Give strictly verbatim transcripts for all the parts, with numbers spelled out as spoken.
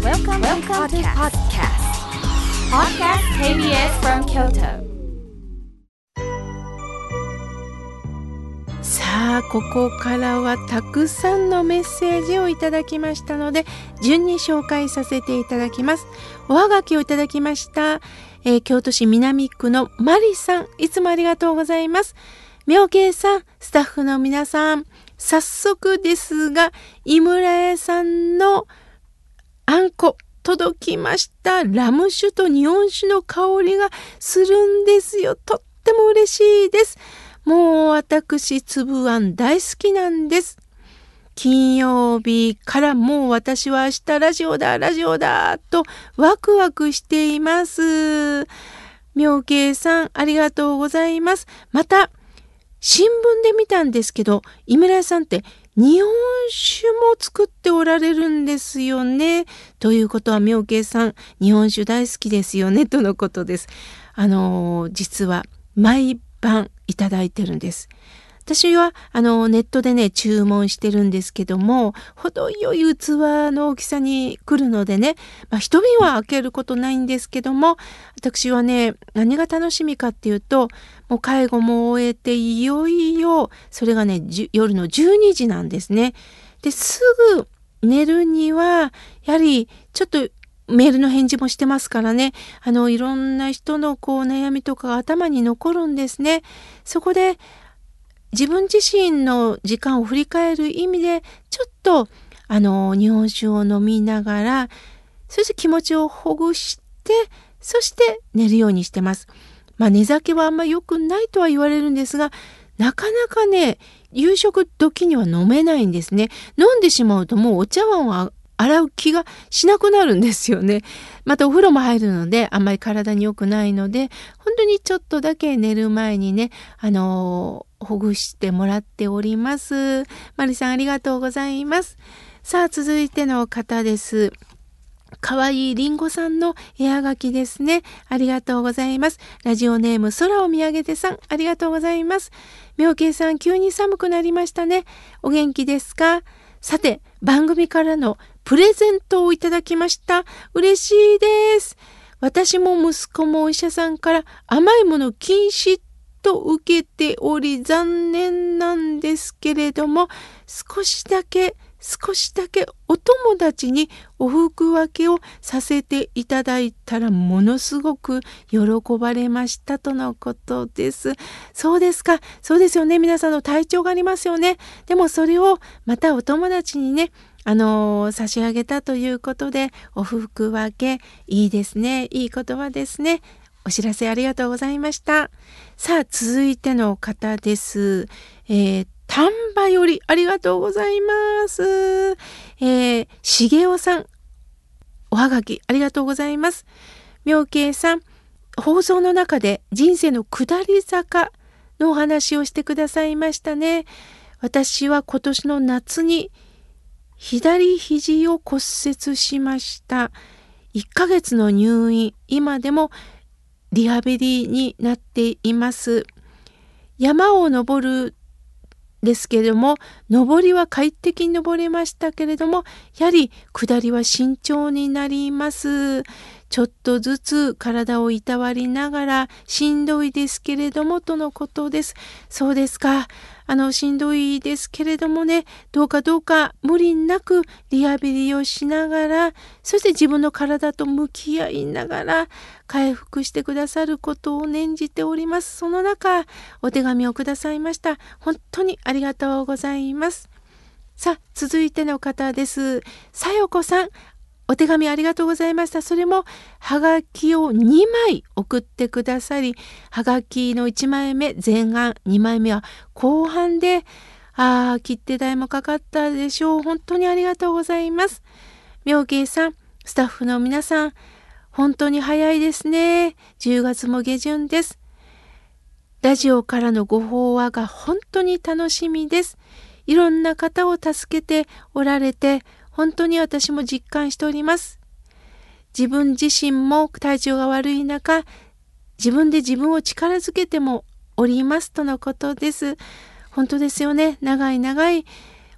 Welcome, Welcome to podcast. Podcast ケービーエス from Kyoto. さあ、ここからはたくさんのメッセージをいただきましたので、順に紹介させていただきます。おはがきをいただきました、えー、京都市南区のマリさん、いつもありがとうございます。妙慶さん、スタッフの皆さん、早速ですが、井村屋さんのあんこ届きました。ラム酒と日本酒の香りがするんですよ。とっても嬉しいです。もう私、粒あん大好きなんです。金曜日からもう私は明日ラジオだ、ラジオだとワクワクしています。妙慶さん、ありがとうございます。また、新聞で見たんですけど、井村屋さんって日本酒も作っておられるんですよね。ということは妙慶さん、日本酒大好きですよねとのことです。あの実は毎晩いただいてるんです。私はあのネットでね注文してるんですけども、程よい器の大きさに来るのでね、まあ、一瓶は開けることないんですけども、私はね何が楽しみかっていうと、もう介護も終えていよいよそれがね夜のじゅうにじなんですね。ですぐ寝るにはやはりちょっとメールの返事もしてますからね、あのいろんな人のこう悩みとかが頭に残るんですね。そこで自分自身の時間を振り返る意味でちょっとあの日本酒を飲みながら、そして気持ちをほぐして、そして寝るようにしてます。まあ寝酒はあんま良くないとは言われるんですが、なかなかね夕食時には飲めないんですね。飲んでしまうともうお茶碗を洗う気がしなくなるんですよね。またお風呂も入るのであんまり体に良くないので、本当にちょっとだけ寝る前にねあのーほぐしてもらっております。マリさんありがとうございます。さあ続いての方です。かわいいりんごさんの絵はがきですね。ありがとうございます。ラジオネーム空を見上げてさん、ありがとうございます。妙慶さん、急に寒くなりましたね。お元気ですか？さて、番組からのプレゼントをいただきました。嬉しいです。私も息子もお医者さんから甘いもの禁止と受けており残念なんですけれども、少しだけ少しだけお友達にお服分けをさせていただいたらものすごく喜ばれましたとのことです。そうですか。そうですよね。皆さんの体調がありますよね。でもそれをまたお友達にねあのー、差し上げたということで、お服分けいいですね。いい言葉ですね。お知らせありがとうございました。さあ続いての方です。えー、丹波よりありがとうございます。えー、しげおさん、おはがきありがとうございます。妙慶さん、放送の中で人生の下り坂のお話をしてくださいましたね。私は今年の夏に左肘を骨折しました。いっかげつの入院、今でもリハビリになっています。山を登るですけれども、登りは快適に登れましたけれども、やはり下りは慎重になります。ちょっとずつ体をいたわりながらしんどいですけれどもとのことです。そうですか。あのしんどいですけれどもね、どうかどうか無理なくリハビリをしながら、そして自分の体と向き合いながら回復してくださることを念じております。その中、お手紙をくださいました。本当にありがとうございます。さあ、続いての方です。さよこさん、お手紙ありがとうございました。それもはがきをにまい送ってくださり、はがきのいちまいめ前半、にまいめは後半で、ああ、切手代もかかったでしょう。本当にありがとうございます。妙慶さん、スタッフの皆さん、本当に早いですね。じゅうがつも下旬です。ラジオからのご法話が本当に楽しみです。いろんな方を助けておられて、本当に私も実感しております。自分自身も体調が悪い中、自分で自分を力づけてもおりますとのことです。本当ですよね。長い長い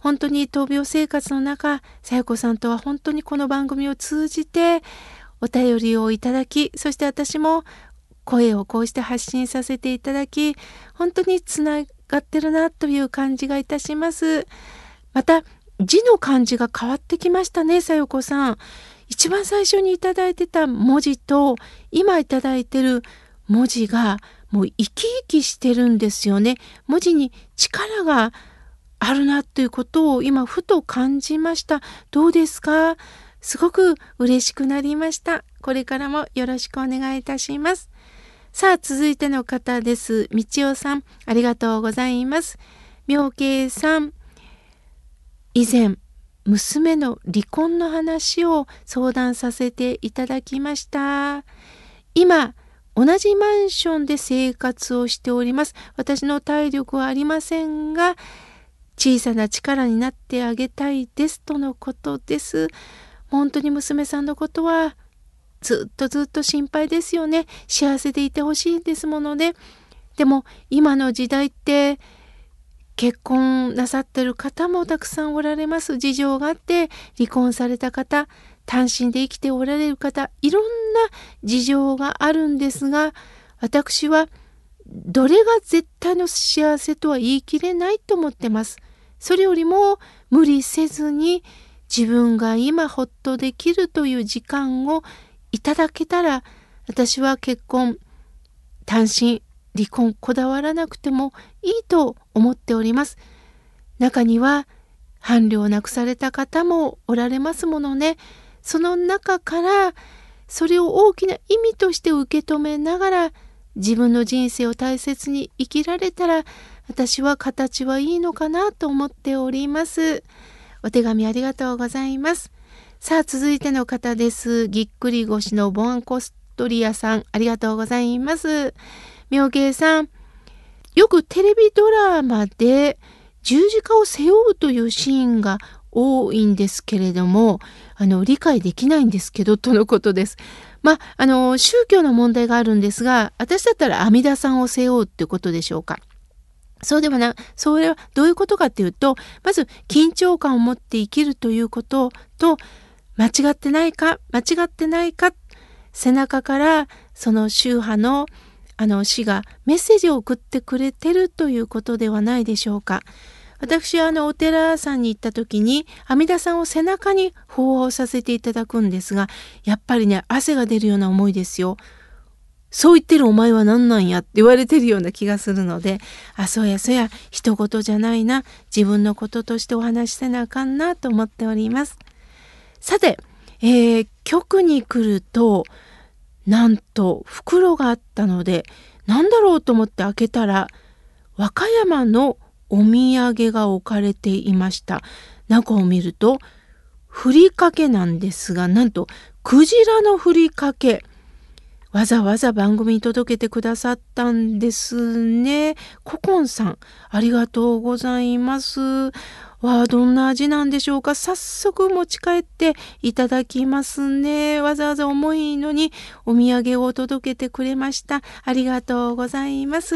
本当に闘病生活の中、さよこさんとは本当にこの番組を通じてお便りをいただき、そして私も声をこうして発信させていただき、本当につながってるなという感じがいたします。また字の漢字が変わってきましたね、さよこさん。一番最初にいただいてた文字と今いただいてる文字がもう生き生きしてるんですよね。文字に力があるなということを今ふと感じました。どうですか？すごく嬉しくなりました。これからもよろしくお願いいたします。さあ、続いての方です。みちおさん、ありがとうございます。みょうけいさん、以前娘の離婚の話を相談させていただきました。今同じマンションで生活をしております。私の体力はありませんが、小さな力になってあげたいですとのことです。本当に娘さんのことはずっとずっと心配ですよね。幸せでいてほしいですものね。でも今の時代って結婚なさってる方もたくさんおられます。事情があって離婚された方、単身で生きておられる方、いろんな事情があるんですが、私はどれが絶対の幸せとは言い切れないと思ってます。それよりも無理せずに自分が今ほっとできるという時間をいただけたら、私は結婚、単身、離婚こだわらなくてもいいと思っております。中には伴侶を亡くされた方もおられますものね。その中からそれを大きな意味として受け止めながら自分の人生を大切に生きられたら、私は形はいいのかなと思っております。お手紙ありがとうございます。さあ、続いての方です。ぎっくり腰のボアンコストリアさん、ありがとうございます。みょうけいさん、よくテレビドラマで十字架を背負うというシーンが多いんですけれども、あの理解できないんですけどとのことです。まあ、あの宗教の問題があるんですが、私だったら阿弥陀さんを背負うってことでしょうか。そうでもな、それはどういうことかっていうと、まず緊張感を持って生きるということと、間違ってないか、間違ってないか、背中からその宗派のあの師がメッセージを送ってくれてるということではないでしょうか。私はあのお寺さんに行った時に阿弥陀さんを背中に奉納させていただくんですが、やっぱりね、汗が出るような思いですよ。そう言ってるお前は何なんやって言われてるような気がするので、あ、そうやそうや、人事じゃないな、自分のこととしてお話しせなあかんなと思っております。さて、えー、局に来るとなんと袋があったので、なんだろうと思って開けたら和歌山のお土産が置かれていました。中を見るとふりかけなんですが、なんとクジラのふりかけ、わざわざ番組に届けてくださったんですね。ココンさん、ありがとうございます。わあ、どんな味なんでしょうか。早速持ち帰っていただきますね。わざわざ重いのにお土産を届けてくれました。ありがとうございます。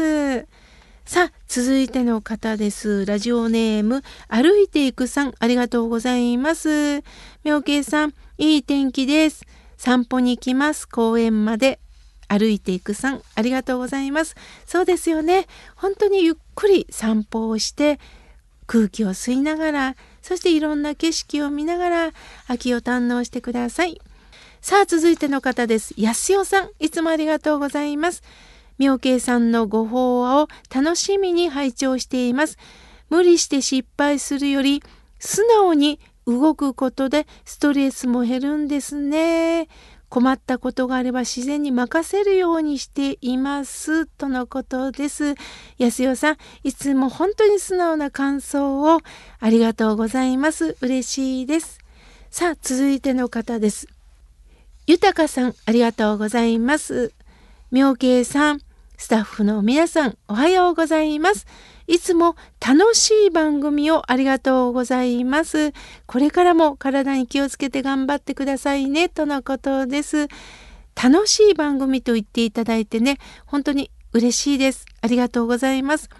さあ、続いての方です。ラジオネーム歩いていくさん、ありがとうございます。みょうけいさん、いい天気です。散歩に行きます。公園まで。歩いていくさん、ありがとうございます。そうですよね。本当にゆっくり散歩をして空気を吸いながら、そしていろんな景色を見ながら秋を堪能してください。さあ、続いての方です。やすよさん、いつもありがとうございます。みょうけいさんのご法話を楽しみに拝聴しています。無理して失敗するより素直に動くことでストレスも減るんですね。困ったことがあれば自然に任せるようにしていますとのことです。やすよさん、いつも本当に素直な感想をありがとうございます。嬉しいです。さあ、続いての方です。ゆたかさん、ありがとうございます。みょうけいさん、スタッフの皆さん、おはようございます。いつも楽しい番組をありがとうございます。これからも体に気をつけて頑張ってくださいねとのことです。楽しい番組と言っていただいてね、本当に嬉しいです。ありがとうございます。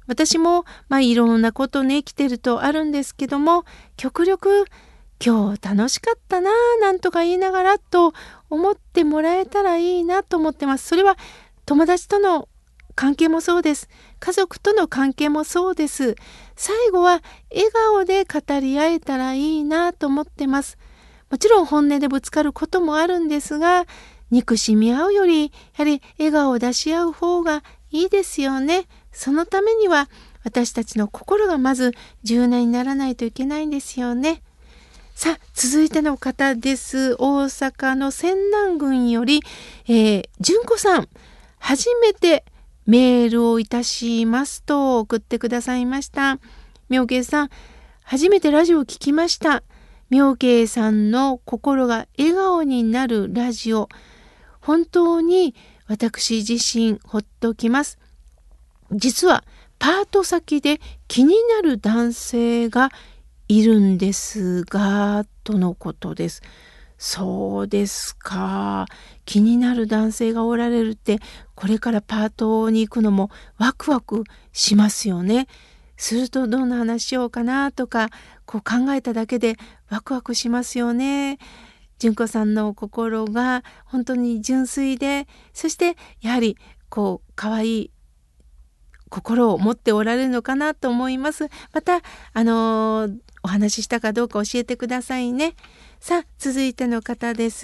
私もまあいろんなことね生きてるとあるんですけども、極力今日楽しかったななんとか言いながらと思ってもらえたらいいなと思ってます。それは友達との関係もそうです。家族との関係もそうです。最後は笑顔で語り合えたらいいなと思ってます。もちろん本音でぶつかることもあるんですが、憎しみ合うよりやはり笑顔を出し合う方がいいですよね。そのためには私たちの心がまず柔軟にならないといけないんですよね。さあ続いての方です。大阪の泉南郡より、えー、純子さん、初めてメールをいたしますと送ってくださいました。妙慶さん、初めてラジオを聞きました。妙慶さんの心が笑顔になるラジオ、本当に私自身ほっときます。実はパート先で気になる男性がいるんですが、とのことです。そうですか。気になる男性がおられるって、これからパートに行くのもワクワクしますよね。するとどんな話しようかなとか、こう考えただけでワクワクしますよね。純子さんの心が本当に純粋で、そしてやはりこう可愛い心を持っておられるのかなと思います。またあのー、お話ししたかどうか教えてくださいね。さあ続いての方です。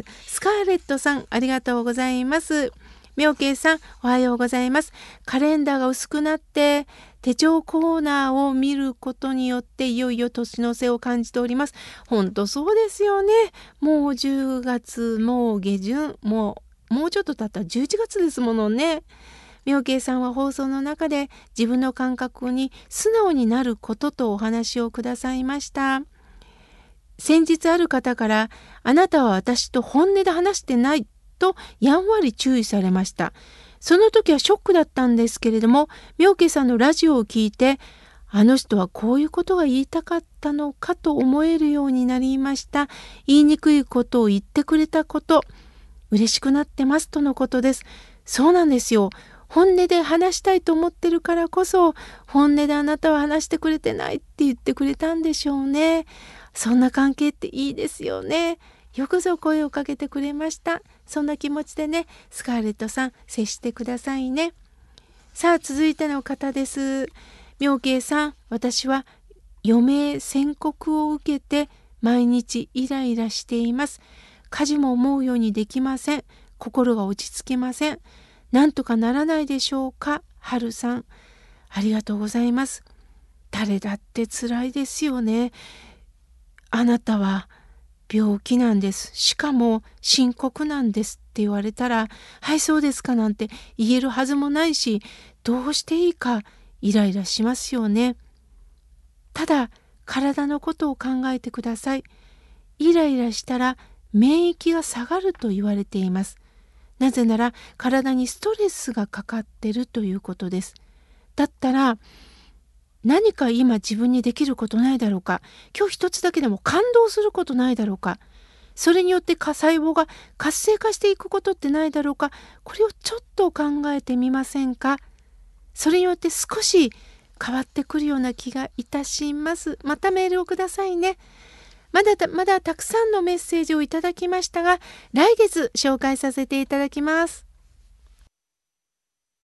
スカーレットさん、ありがとうございます。妙慶さん、おはようございます。カレンダーが薄くなって手帳コーナーを見ることによっていよいよ年の瀬を感じております。本当そうですよね。もうじゅうがつもう下旬、もうもうちょっと経ったらじゅういちがつですものね。妙慶さんは放送の中で自分の感覚に素直になることとお話をくださいました。先日ある方から、あなたは私と本音で話してないとやんわり注意されました。その時はショックだったんですけれども、妙慶さんのラジオを聞いて、あの人はこういうことが言いたかったのかと思えるようになりました。言いにくいことを言ってくれたこと、嬉しくなってますとのことです。そうなんですよ。本音で話したいと思ってるからこそ、本音であなたは話してくれてないって言ってくれたんでしょうね。そんな関係っていいですよね。よくぞ声をかけてくれました。そんな気持ちでね、スカーレットさん、接してくださいね。さあ続いての方です。妙慶さん、私は余命宣告を受けて毎日イライラしています。家事も思うようにできません。心が落ち着きません。なんとかならないでしょうか。はるさん、ありがとうございます。誰だって辛いですよね。あなたは病気なんです。しかも深刻なんですって言われたら、はいそうですかなんて言えるはずもないし、どうしていいかイライラしますよね。ただ体のことを考えてください。イライラしたら免疫が下がると言われています。なぜなら体にストレスがかかってるということです。だったら何か今自分にできることないだろうか。今日一つだけでも感動することないだろうか。それによって細胞が活性化していくことってないだろうか。これをちょっと考えてみませんか。それによって少し変わってくるような気がいたします。またメールをくださいね。まだまだたくさんのメッセージをいただきましたが、来月紹介させていただきます。